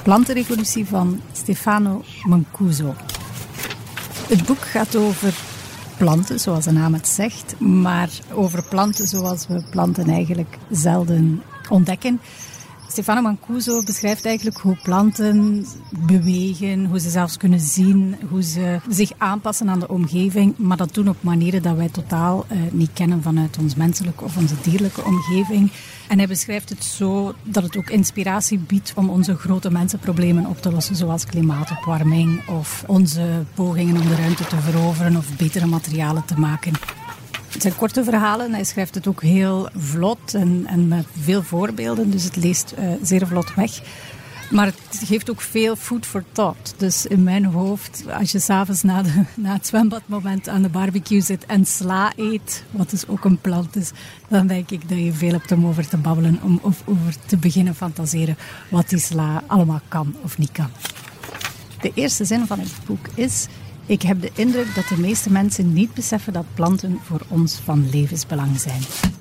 Plantenrevolutie van Stefano Mancuso. Het boek gaat over planten, zoals de naam het zegt, maar over planten zoals we planten eigenlijk zelden ontdekken. Stefano Mancuso beschrijft eigenlijk hoe planten bewegen, hoe ze zelfs kunnen zien, hoe ze zich aanpassen aan de omgeving, maar dat doen op manieren dat wij totaal niet kennen vanuit ons menselijke of onze dierlijke omgeving. En hij beschrijft het zo dat het ook inspiratie biedt om onze grote mensenproblemen op te lossen, zoals klimaatopwarming of onze pogingen om de ruimte te veroveren of betere materialen te maken. Het zijn korte verhalen. Hij schrijft het ook heel vlot en met veel voorbeelden. Dus het leest zeer vlot weg. Maar het geeft ook veel food for thought. Dus in mijn hoofd, als je s'avonds na het zwembadmoment aan de barbecue zit en sla eet, wat dus ook een plant is, dan denk ik dat je veel hebt om over te babbelen, om over te beginnen fantaseren wat die sla allemaal kan of niet kan. De eerste zin van het boek is: ik heb de indruk dat de meeste mensen niet beseffen dat planten voor ons van levensbelang zijn.